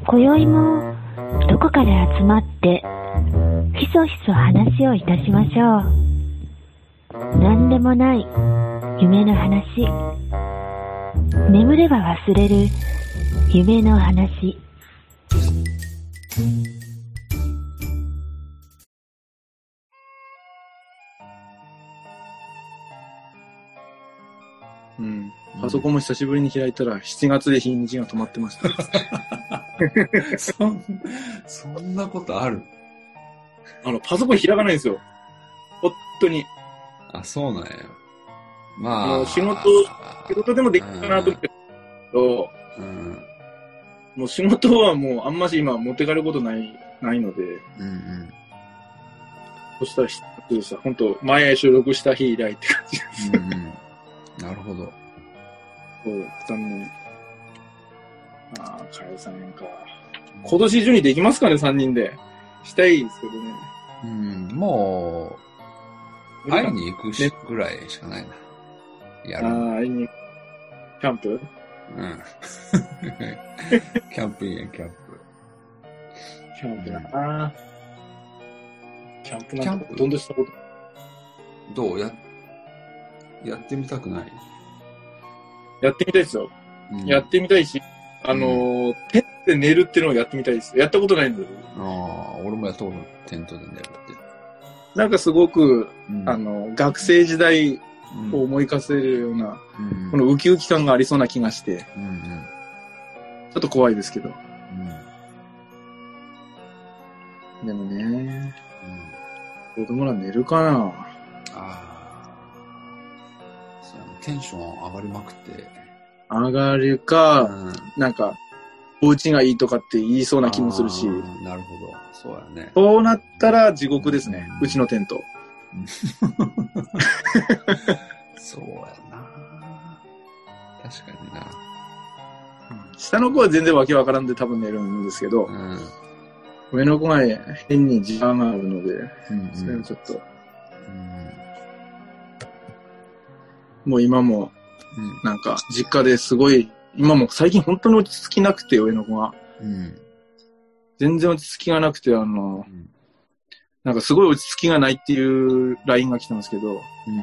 今宵もどこかで集まってひそひそ話をいたしましょう。何でもない夢の話、眠れば忘れる夢の話。 パソコンも久しぶりに開いたら7月で日にちが止まってました。 そんなことある？ パソコン開かないんですよ。本当に。 あ、そうなんや。まあ。 仕事でもできるかなと思ってるけど、もう仕事はもうあんまし今持ってかれることないので、そしたら7月でした。本当前収録した日以来って感じです。 なるほど。 そう、残念。解散か。今年中にできますかね、3人で。したいですけどね。 もう、会いに行くぐらいしかないな。やる。 会いに行く。キャンプ？ キャンプいいや、キャンプ。 キャンプだな。キャンプなんてほとんどしたこと。 どうやってみたくない？ やってみたいですよ。やってみたいし、テントで寝るっていうのをやってみたいです。やったことないんだよ。 俺もやったことない。テントで寝るって。 なんかすごく、学生時代を思い返せるような、このウキウキ感がありそうな気がして、ちょっと怖いですけど。でもね、子供ら寝るかな。 テンション上がりまくって。 上がるか、なんか、お家がいいとかって言いそうな気もするし。 なるほど。そうやね。 そうなったら地獄ですね。うちのテント。 そうやな。確かにな。 下の子は全然わけわからんで多分寝るんですけど、上の子が変に時間があるので、それはちょっと。もう今も、なんか、実家ですごい、今も最近本当に落ち着きなくて、上の子が。全然落ち着きがなくて、なんかすごい落ち着きがないっていう LINE が来たんですけど、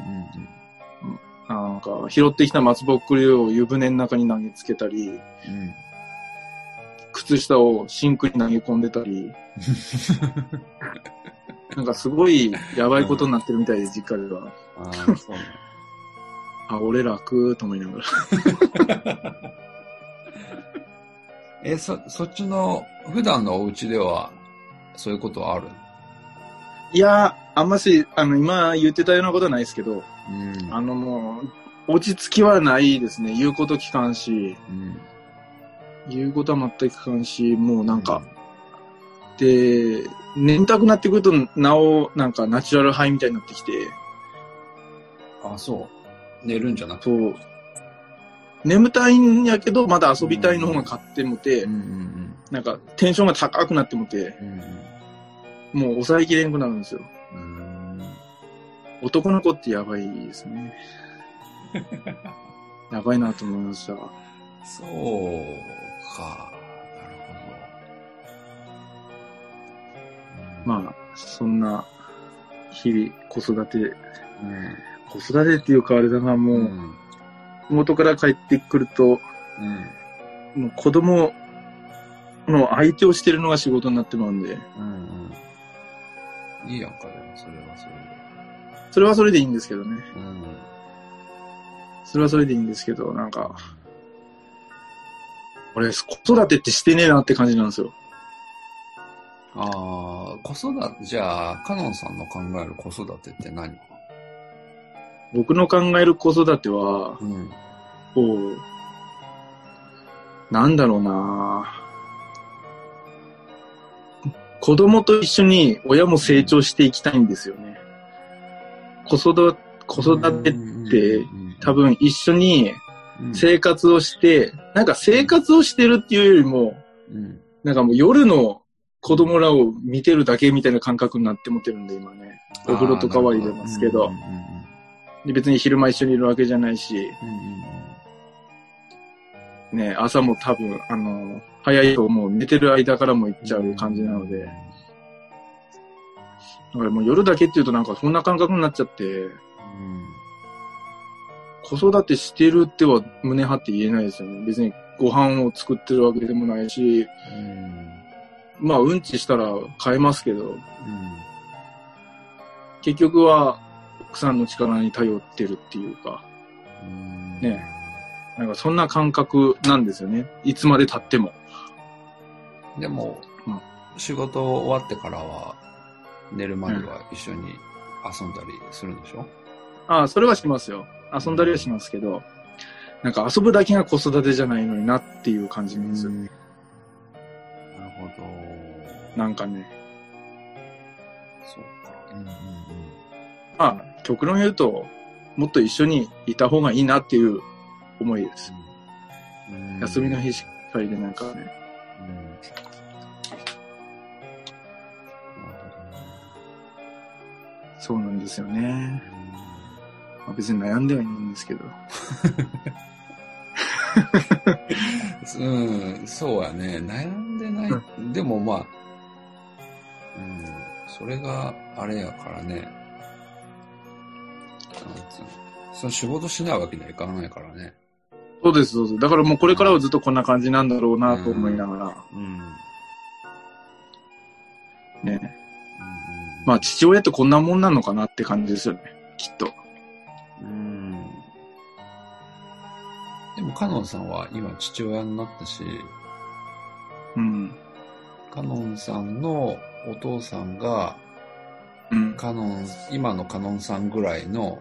なんか、拾ってきた松ぼっくりを湯船の中に投げつけたり、靴下をシンクに投げ込んでたり、なんかすごいやばいことになってるみたいで、実家では。 そうね。 俺楽と思いながら。そっちの普段のお家ではそういうことはある？ いや、あんまし、今言ってたようなことはないですけど、もう、落ち着きはないですね。言うこと聞かんし、言うことは全く聞かんし、もうなんか、で、眠たくなってくると、なお、なんかナチュラルハイみたいになってきて、 そう。寝るんじゃなくて。 そう。眠たいんやけど、まだ遊びたいの方が勝ってもて、なんかテンションが高くなってもて、もう抑えきれんくなるんですよ。男の子ってやばいですね。やばいなと思いました。 そうか。なるほど。まあ、そんな日々子育て、子育てっていうかあれだな、もう、仕事から帰ってくると、もう子供の相手をしてるのが仕事になってまうんで。 いいやんか、でもそれはそれで。 それはそれでいいんですけどね。それはそれでいいんですけど、なんか、俺、子育てってしてねえなって感じなんですよ。 子育て、じゃあ、カノンさんの考える子育てって何？ 僕の考える子育ては、なんだろうな、子供と一緒に親も成長していきたいんですよね。子育てって多分一緒に生活をして、なんか生活をしてるっていうよりも、なんかもう夜の子供らを見てるだけみたいな感覚になってもてるんで、今ね。お風呂とかは入れますけど。で別に昼間一緒にいるわけじゃないし、ね、朝も多分、 早いともう寝てる間からも行っちゃう感じなので、だからもう夜だけっていうとなんかそんな感覚になっちゃって、子育てしてるっては胸張って言えないですよね。別にご飯を作ってるわけでもないし、まあうんちしたら買えますけど、結局は奥さんの力に頼ってるっていうか、ね、なんかそんな感覚なんですよね。いつまで経っても。 でも、仕事終わってからは寝るまでは一緒に遊んだりするんでしょ？ ああ、それはしますよ。遊んだりはしますけど、なんか遊ぶだけが子育てじゃないのになっていう感じなんですよね。 なるほど。 なんかね。 そうか。 まあ、極論言うと、もっと一緒にいた方がいいなっていう思いです。休みの日しかりでなんかね。そうなんですよね。まあ、別に悩んではいないんですけど。 そうやね。悩んでない。でもまあ、それがあれやからね。その仕事しないわけにはいかないからね。 そうです、そうです。だからもうこれからはずっとこんな感じなんだろうなと思いながら。ね。まあ父親ってこんなもんなのかなって感じですよね。きっと。 でもカノンさんは今父親になったし、カノンさんのお父さんが、今のカノンさんぐらいの、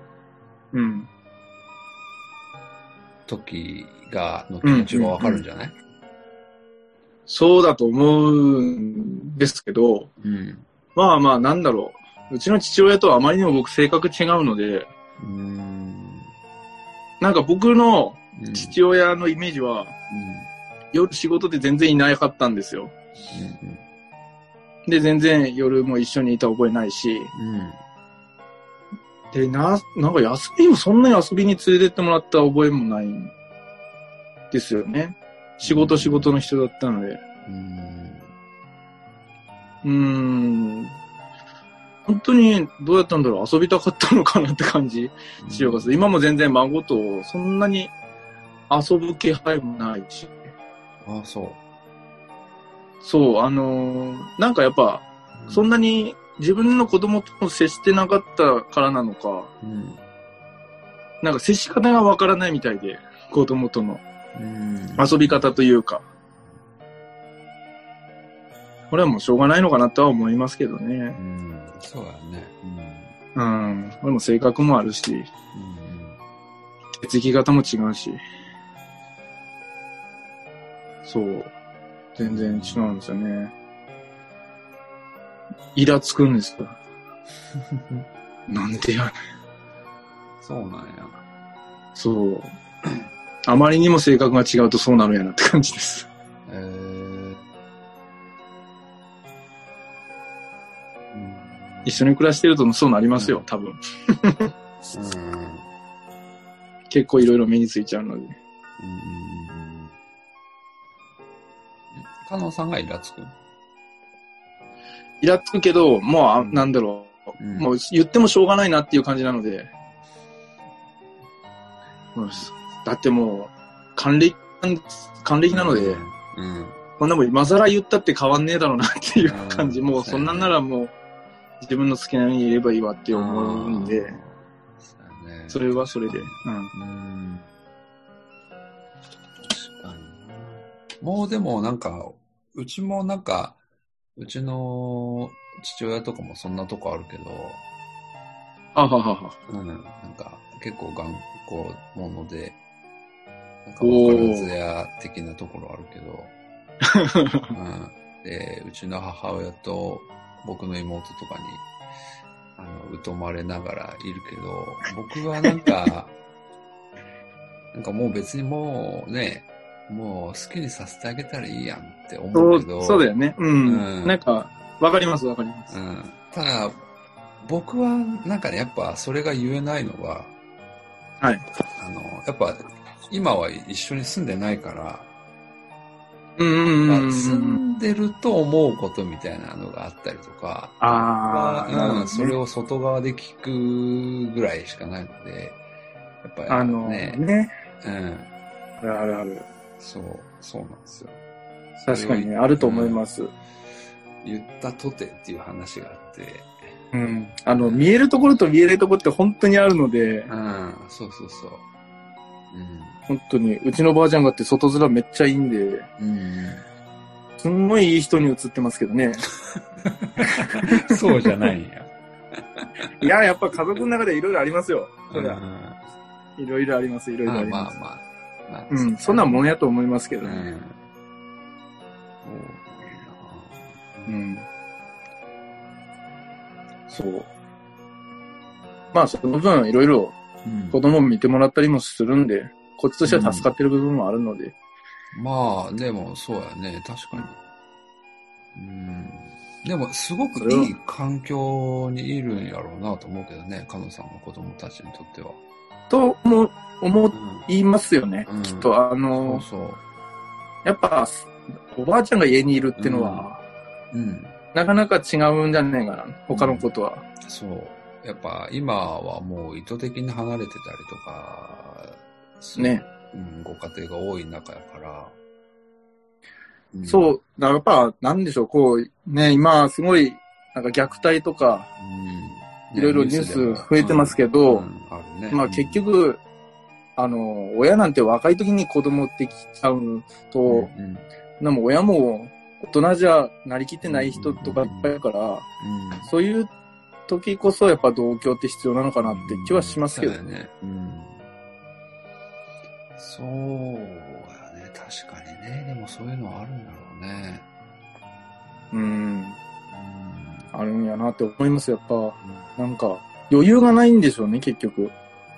時の気持ちがわかるんじゃない？ そうだと思うんですけど、まあまあなんだろう。うちの父親とはあまりにも僕性格違うので、なんか僕の父親のイメージは、夜仕事で全然いなかったんですよ。で、全然夜も一緒にいた覚えないし、で、なんか休みもそんなに遊びに連れてってもらった覚えもないんですよね。仕事の人だったので。本当にどうやったんだろう、遊びたかったのかなって感じしようかす。今も全然孫とそんなに遊ぶ気配もないし。 ああ、そう。 そう、なんかやっぱ、そんなに自分の子供と接してなかったからなのか、なんか接し方がわからないみたいで、子供との遊び方というか。これはもうしょうがないのかなとは思いますけどね。 そうやね。 これも性格もあるし、血液型も違うし。そう。全然違うんですよね。イラつくんですよ。なんでやねん。 そうなんや。 そう。あまりにも性格が違うとそうなるんやなって感じです。一緒に暮らしてるとそうなりますよ、多分。結構いろいろ目についちゃうので。 カノンさんがイラつく？ イラつくけど、もう、なんだろう、もう言ってもしょうがないなっていう感じなので。だってもう、還暦なので、こんなもん今更言ったって変わんねえだろうなっていう感じ。もうそんなんならもう、自分の好きなように言えばいいわって思うんで、それはそれで。 もうでもなんか、うちもなんか、うちの父親とかもそんなとこあるけど、なんか結構頑固者で、なんか分からずや的なところあるけど、で、うちの母親と僕の妹とかに、疎まれながらいるけど、僕はなんか、なんかもう別にもうね、もう好きにさせてあげたらいいやんって思うけど。 そうだよね。なんか、わかります。 ただ、僕はなんかね、やっぱそれが言えないのは、やっぱ今は一緒に住んでないから、 住んでると思うことみたいなのがあったりとか、それを外側で聞くぐらいしかないので、やっぱりね。 あるある。 そうなんですよ。 確かにね、あると思います。 言ったとてっていう話があって、 見えるところと見えないところって本当にあるので、 そう。 本当に、うちのばあちゃんがって外面めっちゃいいんで、すんごいいい人に映ってますけどね。 そうじゃないんや。 いや、やっぱ家族の中でいろいろありますよ。そりゃ。いろいろあります。 まあ。 そんなもんやと思いますけどね。そう。まあ、その分いろいろ子供見てもらったりもするんで、こっちとしては助かってる部分もあるので。 まあ、でもそうやね、確かに。でも、すごくいい環境にいるんやろうなと思うけどね、カノさんの子供たちにとっては。 と思いますよね、きっと。やっぱ、おばあちゃんが家にいるってのは、なかなか違うんじゃないかな、他のことは。 そう。やっぱ今はもう意図的に離れてたりとか、 ね。 ご家庭が多い中やから。 そう。だからやっぱ、なんでしょう、こう、ね、今すごい、なんか虐待とか、いろいろニュース増えてますけど、まあ結局、親なんて若い時に子供ってきちゃうと、でも親も大人じゃなりきってない人とかいっぱいいるから、そういう時こそやっぱ同居って必要なのかなって気はしますけどね。 そうやね、確かにね。でもそういうのはあるんだろうね。 あるんやなって思います、やっぱ。なんか、余裕がないんでしょうね、結局。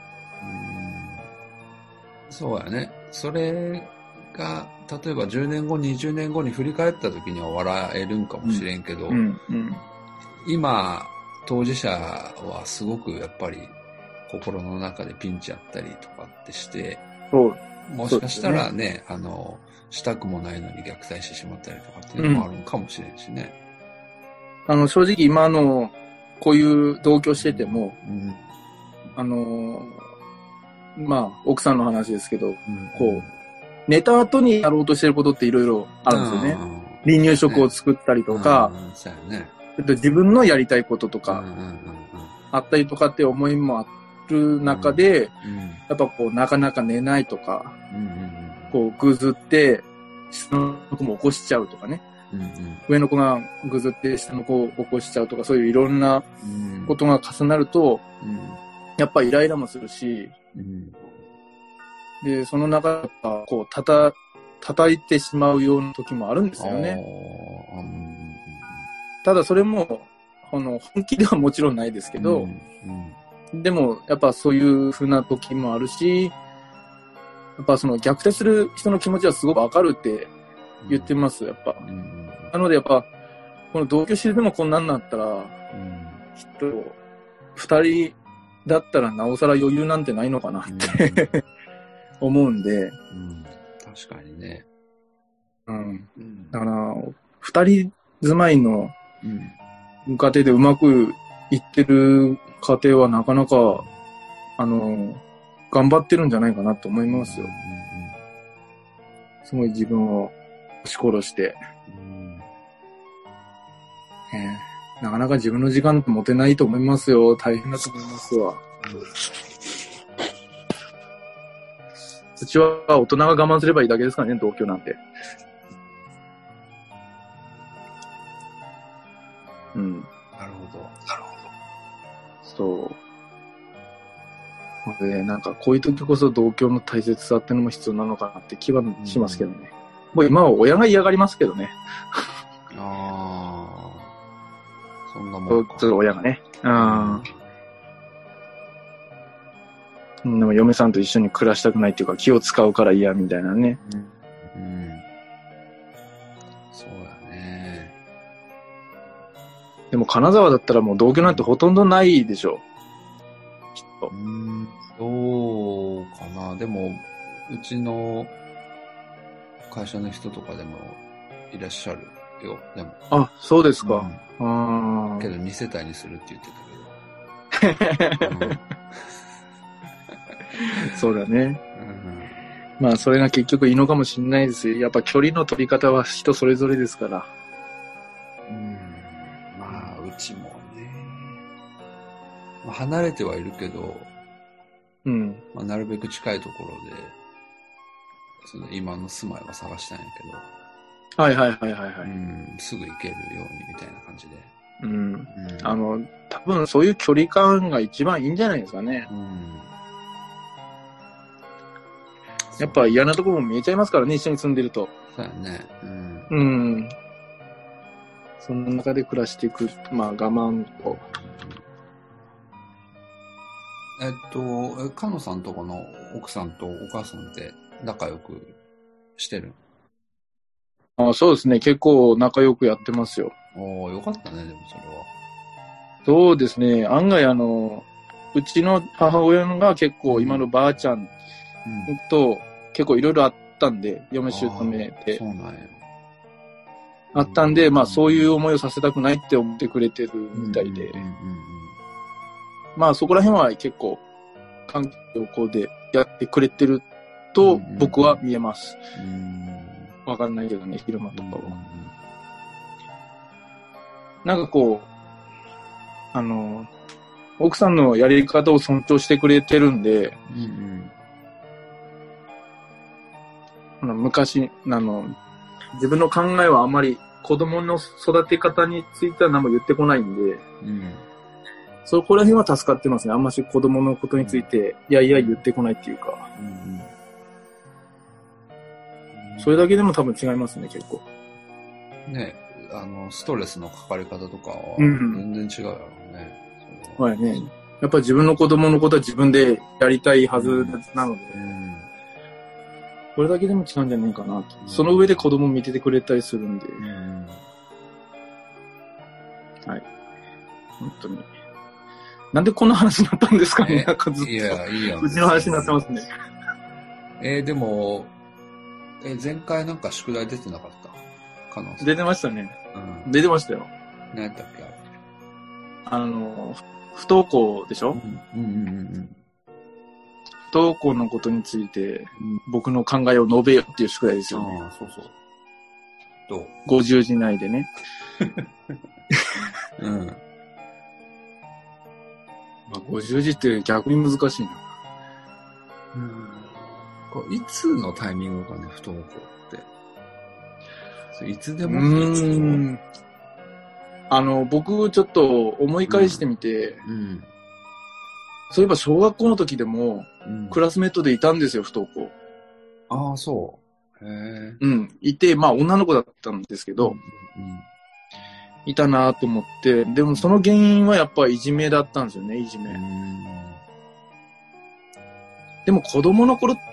そうやね。それが、例えば10年後、20年後に振り返った時には笑えるんかもしれんけど、今、当事者はすごくやっぱり心の中でピンチやったりとかってして、もしかしたらね、したくもないのに虐待してしまったりとかっていうのもあるかもしれんしね。 正直今こういう同居してても、まあ、奥さんの話ですけど、こう、寝た後にやろうとしてることっていろいろあるんですよね。離乳食を作ったりとか、自分のやりたいこととか、あったりとかって思いもある中で、やっぱこう、なかなか寝ないとか、こう、ぐずって、下の子も起こしちゃうとかね。上の子がぐずって下の子を起こしちゃうとか、そういういろんなことが重なると、やっぱイライラもするし、で、その中でこう、叩いてしまうような時もあるんですよね。ただそれも、本気ではもちろんないですけど、でも、やっぱそういう風な時もあるし、やっぱその虐待する人の気持ちはすごくわかるって言ってます、やっぱ。なのでやっぱ、この同居してでもこんなんなったら、きっと、二人だったらなおさら余裕なんてないのかなって思うんで。 確かにね。 だから、二人住まいの家庭でうまくいってる家庭はなかなか、頑張ってるんじゃないかなと思いますよ。すごい自分を押し殺して。なかなか自分の時間って持てないと思いますよ。大変だと思いますわ。うちは大人が我慢すればいいだけですからね、同居なんて。 なるほど。 そう。で、なんかこういう時こそ同居の大切さってのも必要なのかなって気はしますけどね。もう今は親が嫌がりますけどね。 そんなもんか。 親がね。でも嫁さんと一緒に暮らしたくないっていうか気を使うから嫌みたいなね。 そうやね。 でも金沢だったらもう同居なんてほとんどないでしょ。きっと。 どうかな。でも、うちの会社の人とかでもいらっしゃるよ、でも。 あ、そうですか。 けど2世帯にするって言ってたけど。 そうだね。まあ、それが結局いいのかもしれないですよ。やっぱ距離の取り方は人それぞれですから。 まあ、うちもね。まあ、離れてはいるけど、まあ、なるべく近いところで、その今の住まいは探したんやけど。 はいはい。 すぐ行けるようにみたいな感じで。 多分そういう距離感が一番いいんじゃないですかね。やっぱ嫌なところも見えちゃいますからね、一緒に住んでると。 そうやね。 その中で暮らしていく、まあ我慢と。 かのさんとこの奥さんとお母さんって仲良くしてる？ そうですね。結構仲良くやってますよ。 よかったね、でもそれは。 そうですね。案外うちの母親が結構今のばあちゃんと結構いろいろあったんで、嫁姑で。 そうなんや。 あったんで、まあそういう思いをさせたくないって思ってくれてるみたいで。まあそこら辺は結構環境こでやってくれてると僕は見えます。わかんないけどね、昼間とかは。なんかこう、奥さんのやり方を尊重してくれてるんで、昔、自分の考えはあまり子供の育て方については何も言ってこないんで、そこら辺は助かってますね。あんまし子供のことについて、いやいや言ってこないっていうか。それだけでも多分違いますね、結構。 ね、ストレスのかかり方とかは全然違うやろうね。 はいね。やっぱり自分の子供のことは自分でやりたいはずなので、これだけでも違うんじゃないかなと。その上で子供見ててくれたりするんで。はい。本当に。なんでこんな話になったんですかね、なんかずっと。いや、いいやん。うちの話になってますね。 でも、前回なんか宿題出てなかったかな？ 出てましたね。出てましたよ。 何やったっけ？ 不登校でしょ？不登校のことについて、僕の考えを述べよっていう宿題ですよね。 そうそう。どう ？50字以内でね。まあ、50字って逆に難しいな。 いつのタイミングかね、不登校って。いつでも僕ちょっと思い返してみて、そういえば小学校の時でも、クラスメートでいたんですよ、不登校。 ああ、そう。 いて、まあ女の子だったんですけど、いたなと思って、でもその原因はやっぱいじめだったんですよね、いじめ。でも子供の頃って、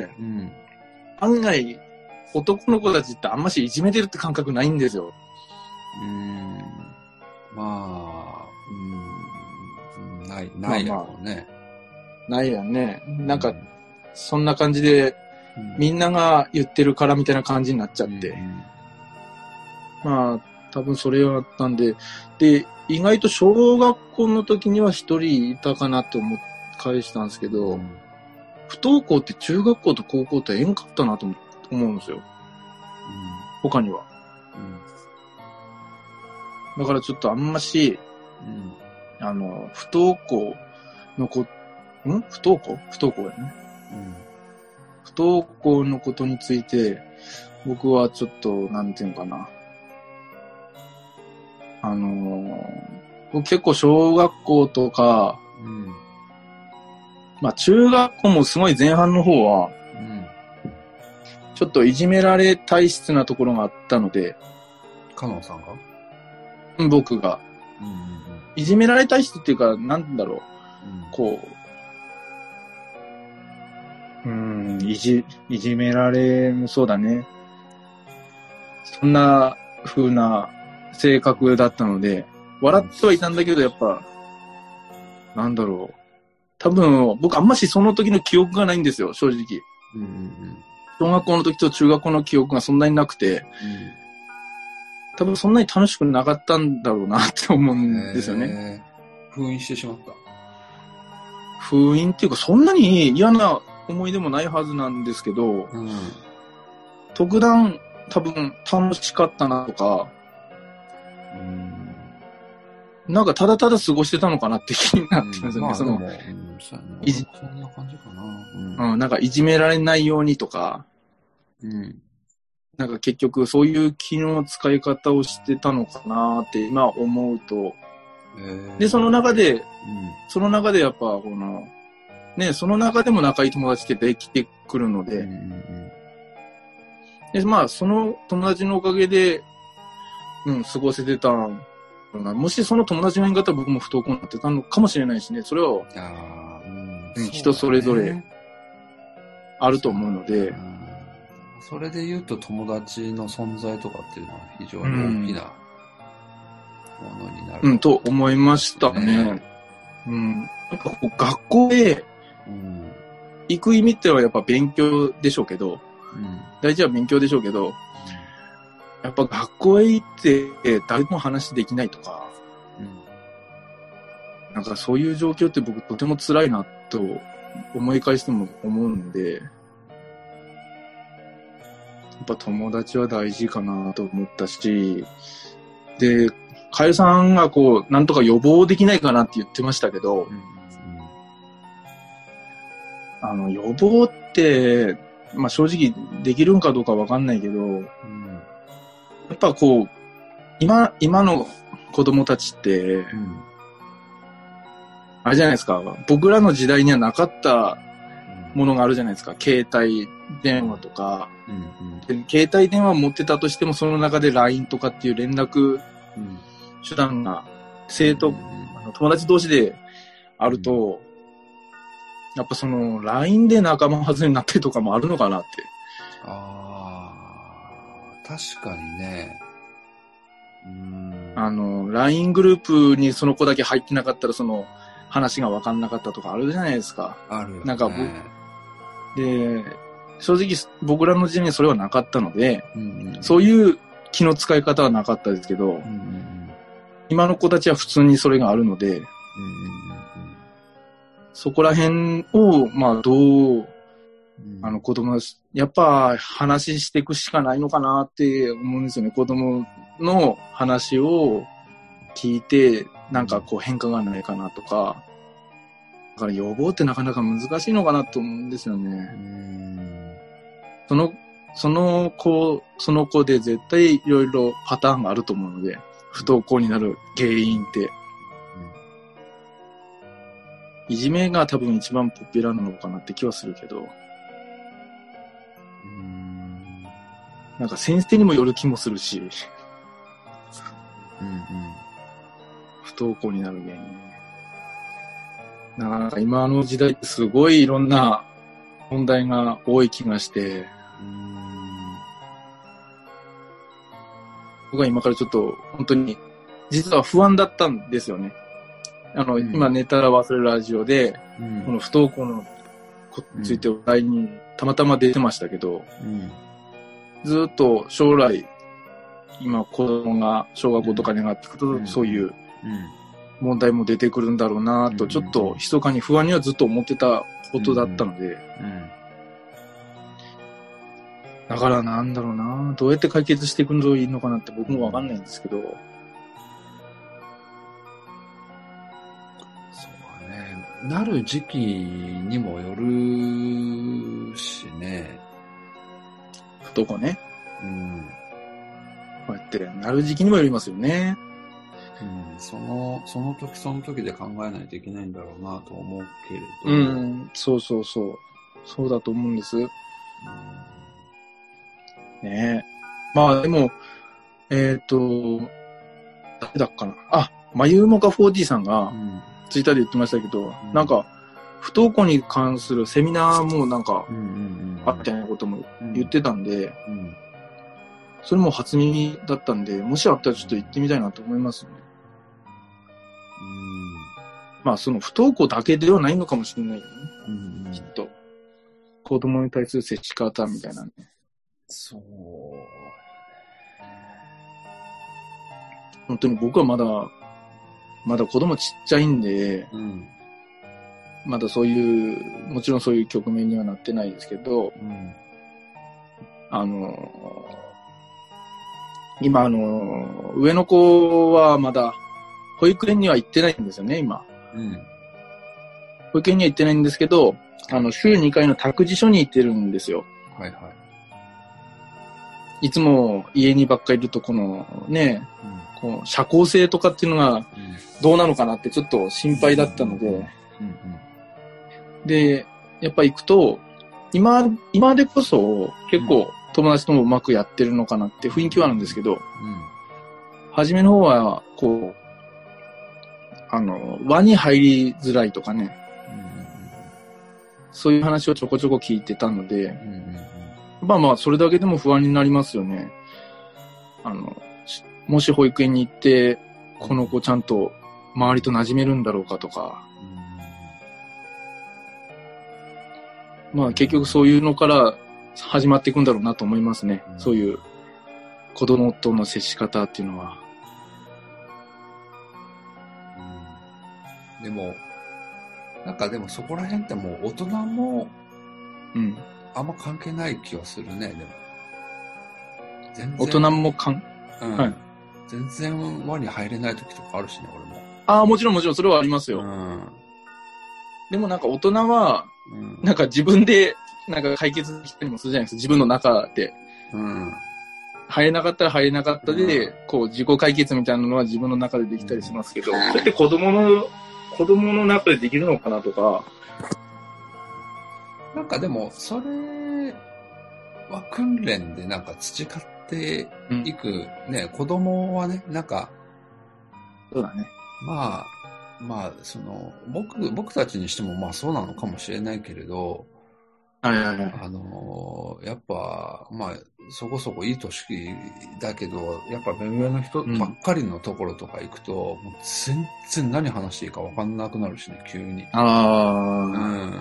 案外男の子たちってあんましいじめてるって感覚ないんですよ。 まあ、ないやろうね。 ないやね。なんか、そんな感じで、みんなが言ってるからみたいな感じになっちゃって。まあ、多分それはあったんで、で、意外と小学校の時には一人いたかなって思って返したんですけど、不登校って中学校と高校ってえんかったなと思うんですよ。他には。だからちょっとあんまし、不登校の不登校やね。不登校のことについて、僕はちょっと、なんていうのかな。僕結構小学校とか、まあ中学校もすごい前半の方は、ちょっといじめられ体質なところがあったので、 カノンさんが？ 僕が。いじめられ体質っていうか、なんだろう。こう、いじめられ、そうだね。そんな風な性格だったので、笑ってはいたんだけど、やっぱ、なんだろう。多分、僕あんましその時の記憶がないんですよ、正直。 小学校の時と中学校の記憶がそんなになくて、多分そんなに楽しくなかったんだろうなって思うんですよね。 封印してしまった。 封印っていうか、そんなに嫌な思い出もないはずなんですけど、特段多分楽しかったなとか、なんかただただ過ごしてたのかなって気になってるんですよね。そんな感じかな。なんかいじめられないようにとか、なんか結局そういう気の使い方をしてたのかなって今思うと、で、その中でやっぱこの、ね、その中でも仲いい友達ってできてくるので、で、まあその友達のおかげで、過ごせてたもしその友達がいなかったら僕も不登校になってたのかもしれないしね、それは、人それぞれあると思うので、 それで言うと友達の存在とかっていうのは非常に大きなものになる、 と思いましたね。やっぱこう学校へ行く意味ってのはやっぱ勉強でしょうけど、大事は勉強でしょうけど、やっぱ学校へ行って誰も話できないとか、なんかそういう状況って僕とても辛いなと思い返しても思うんで、やっぱ友達は大事かなと思ったし、で、カエルさんがこう、なんとか予防できないかなって言ってましたけど、予防って、まあ正直できるんかどうかわかんないけど、やっぱこう、今の子供たちって、あれじゃないですか、僕らの時代にはなかったものがあるじゃないですか。携帯電話とか、携帯電話持ってたとしてもその中で LINE とかっていう連絡手段が友達同士であると、やっぱその LINE で仲間外れになったりとかもあるのかなって。 確かにね。 LINE グループにその子だけ入ってなかったらその話が分かんなかったとかあるじゃないですか。 あるよね。 なんかで、正直僕らの時代にそれはなかったので、そういう気の使い方はなかったですけど、今の子たちは普通にそれがあるので、そこら辺を、まあどう、子供やっぱ話していくしかないのかなって思うんですよね。子供の話を聞いて、なんかこう変化がないかなとか。だから予防ってなかなか難しいのかなと思うんですよね。その子で絶対いろいろパターンがあると思うので、不登校になる原因って。いじめが多分一番ポピュラーなのかなって気はするけど。なんか先生にもよる気もするし。不登校になる原因。なんか今の時代ってすごいいろんな問題が多い気がして。僕は今からちょっと本当に実は不安だったんですよね。今寝たら忘れるラジオで、この不登校のことについて話題にたまたま出てましたけど、ずっと将来、今子供が小学校とかに上がってくると、そういう問題も出てくるんだろうなと、ちょっと密かに不安にはずっと思ってたことだったので、だからなんだろうな、どうやって解決していくのがいいのかなって僕もわかんないんですけど、 なる時期にもよるしね。 不登校ね。こうやってなる時期にもよりますよね。 その時その時で考えないといけないんだろうなと思うけれど。 そう。そうだと思うんです。ねえ。まあでも、誰だっかな。まゆうもか 4D さんが、ツイッターで言ってましたけど、なんか、不登校に関するセミナーもなんか、あったようなことも言ってたんで、それも初耳だったんで、もしあったらちょっと行ってみたいなと思いますね。まあ、その不登校だけではないのかもしれないよね。きっと。 子供に対する接し方みたいなね。 そう。 本当に僕はまだ子供ちっちゃいんで、 うん、 まだそういう、もちろんそういう局面にはなってないですけど、うん、今上の子はまだ保育園には行ってないんですよね、今。うん、保育園には行ってないんですけど、週2回の託児所に行ってるんですよ。はいはい。いつも家にばっかりいるとこのね、うん、こう社交性とかっていうのがどうなのかなってちょっと心配だったので、うんうんうん、で、やっぱ行くと、今でこそ結構友達ともうまくやってるのかなって雰囲気はあるんですけど、うん、初めの方はこう、輪に入りづらいとかね、うんうんうん、そういう話をちょこちょこ聞いてたので、うんうんうん、まあそれだけでも不安になりますよね。もし保育園に行って、この子ちゃんと周りと馴染めるんだろうかとか、うん、まあ結局そういうのから始まっていくんだろうなと思いますね。うん、そういう子供との接し方っていうのは。 うん、でも、なんかでもそこら辺ってもう大人も、うん。あんま関係ない気はするね、でも。 全然。大人もうん。はい。全然輪に入れない時とかあるしね、俺も。 ああ、もちろん、それはありますよ。うん。でもなんか大人は、うん、なんか自分で、なんか解決したりもするじゃないですか、自分の中で。うん。入れなかったら入れなかったで、うん、こう自己解決みたいなのは自分の中でできたりしますけど、それって子供の中でできるのかなとか。 なんかでも、それは訓練でなんか培っていく、ね、子供はね、なんか、 そうだね。 まあ、僕たちにしてもまあそうなのかもしれないけれど、はいはいはい。やっぱ、まあ、そこそこいい年だけど、やっぱ目上の人ばっかりのところとか行くと、もう全然何話していいか分かんなくなるしね、急に。うん。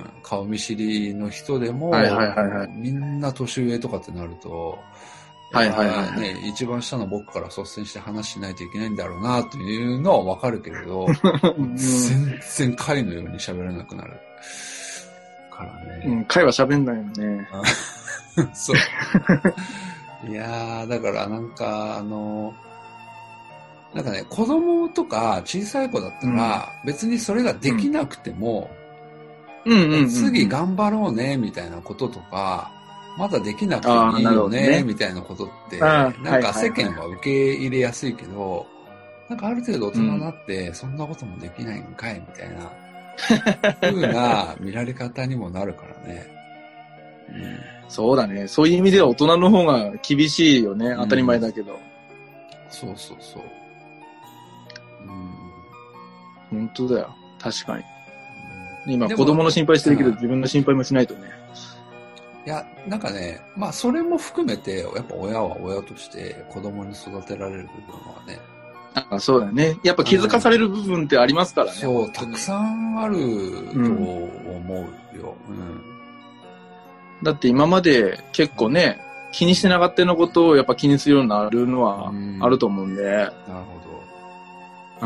顔見知りの人でも、はいはいはいはい、みんな年上とかってなると、はいはいはい。ね、一番下の僕から率先して話しないといけないんだろうな、というのは分かるけれど、全然貝のように喋れなくなる。からね。 うん、会話喋んないよね。 そう。いやー、だからなんかなんかね、子供とか小さい子だったら、別にそれができなくても、次頑張ろうね、みたいなこととか、まだできなくてもいいよね、みたいなことって、なんか世間は受け入れやすいけど、なんかある程度大人になって、そんなこともできないんかい、みたいな。風な見られ方にもなるからね、 うん。そうだね。そういう意味では大人の方が厳しいよね。当たり前だけど。 そうそうそう。 本当だよ。確かに。今子供の心配してるけど、自分の心配もしないとね。 いや、なんかね、まあそれも含めて、やっぱ親は親として子供に育てられる部分はね。 あ、そうだね。やっぱ気づかされる部分ってありますからね。 そう、たくさんあると思うよ。 だって今まで結構ね、気にしてなかったようなことをやっぱ気にするようになるのはあると思うんで。なるほど。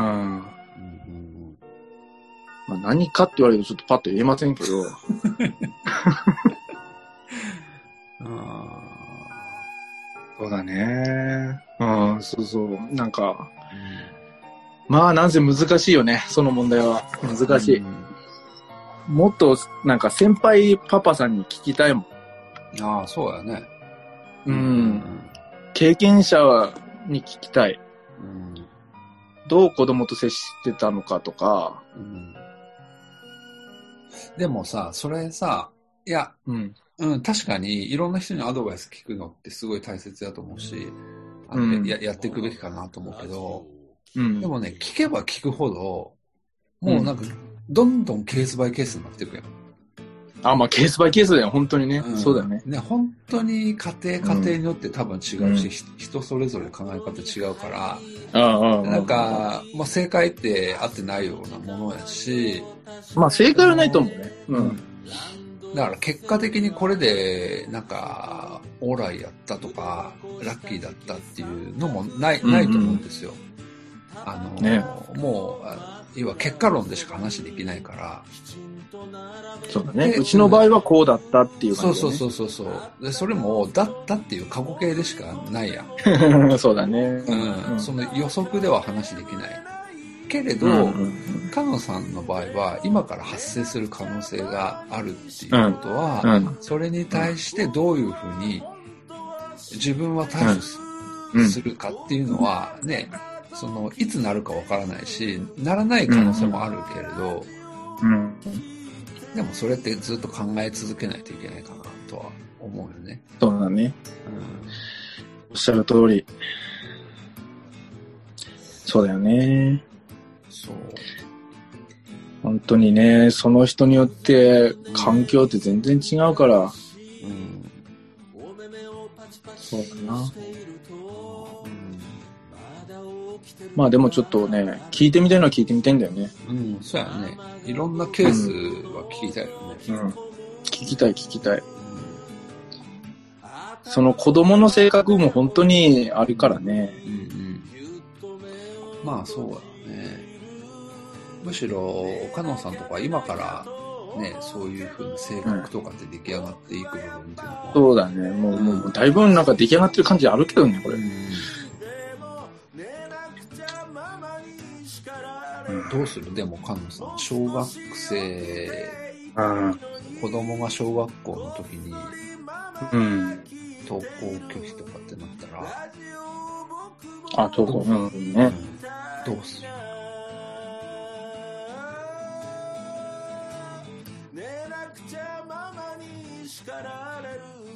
まあ何かって言われるとちょっとパッと言えませんけど。そうだね。そうそう。なんか、まあなんせ難しいよね、その問題は。難しい。もっとなんか先輩パパさんに聞きたいもん。 ああ、そうやね。 経験者に聞きたい。どう子供と接してたのかとか。 でもさ、それさ、いや、確かにいろんな人にアドバイス聞くのってすごい大切だと思うし、やっていくべきかなと思うけど、でもね、聞けば聞くほど、もうなんか、どんどんケースバイケースになっていくよ。 まあケースバイケースだよ、本当にね。そうだよね。 ね、本当に家庭によって多分違うし、人それぞれ考え方違うから、なんか、まあ正解って合ってないようなものやし、 まあ正解はないと思うね。 だから結果的にこれで、なんか、オーライやったとか、ラッキーだったっていうのもないと思うんですよ。 ね、 もう、要は結果論でしか話できないから。 そうだね。うちの場合はこうだったっていう感じ、ね。 そう。で、それも、だったっていう過去形でしかないやん。そうだね。 その予測では話できない。けれど、カノさんの場合は、今から発生する可能性があるっていうことは、それに対してどういうふうに自分は対処するかっていうのは、ね、いつなるかわからないし、ならない可能性もあるけれど、でもそれってずっと考え続けないといけないかなとは思うよね。 そうだね。おっしゃる通り。そうだよね。 そう。 本当にね、その人によって環境って全然違うから。そうだな。まあでもちょっとね、聞いてみたいのは聞いてみたいんだよね。 そうやね。いろんなケースは聞きたいよね。 聞きたい。その子供の性格も本当にあるからね。 まあそうだね。むしろ、カノンさんとか今からね、そういう風な性格とかって出来上がっていく部分っていうのは。 そうだね。もうだいぶなんか出来上がってる感じあるけどね、これ。 どうするでも、カノンさん、小学生、子供が小学校の時に、登校拒否とかってなったら、 登校、ね。 どうする？寝なくちゃママに叱られる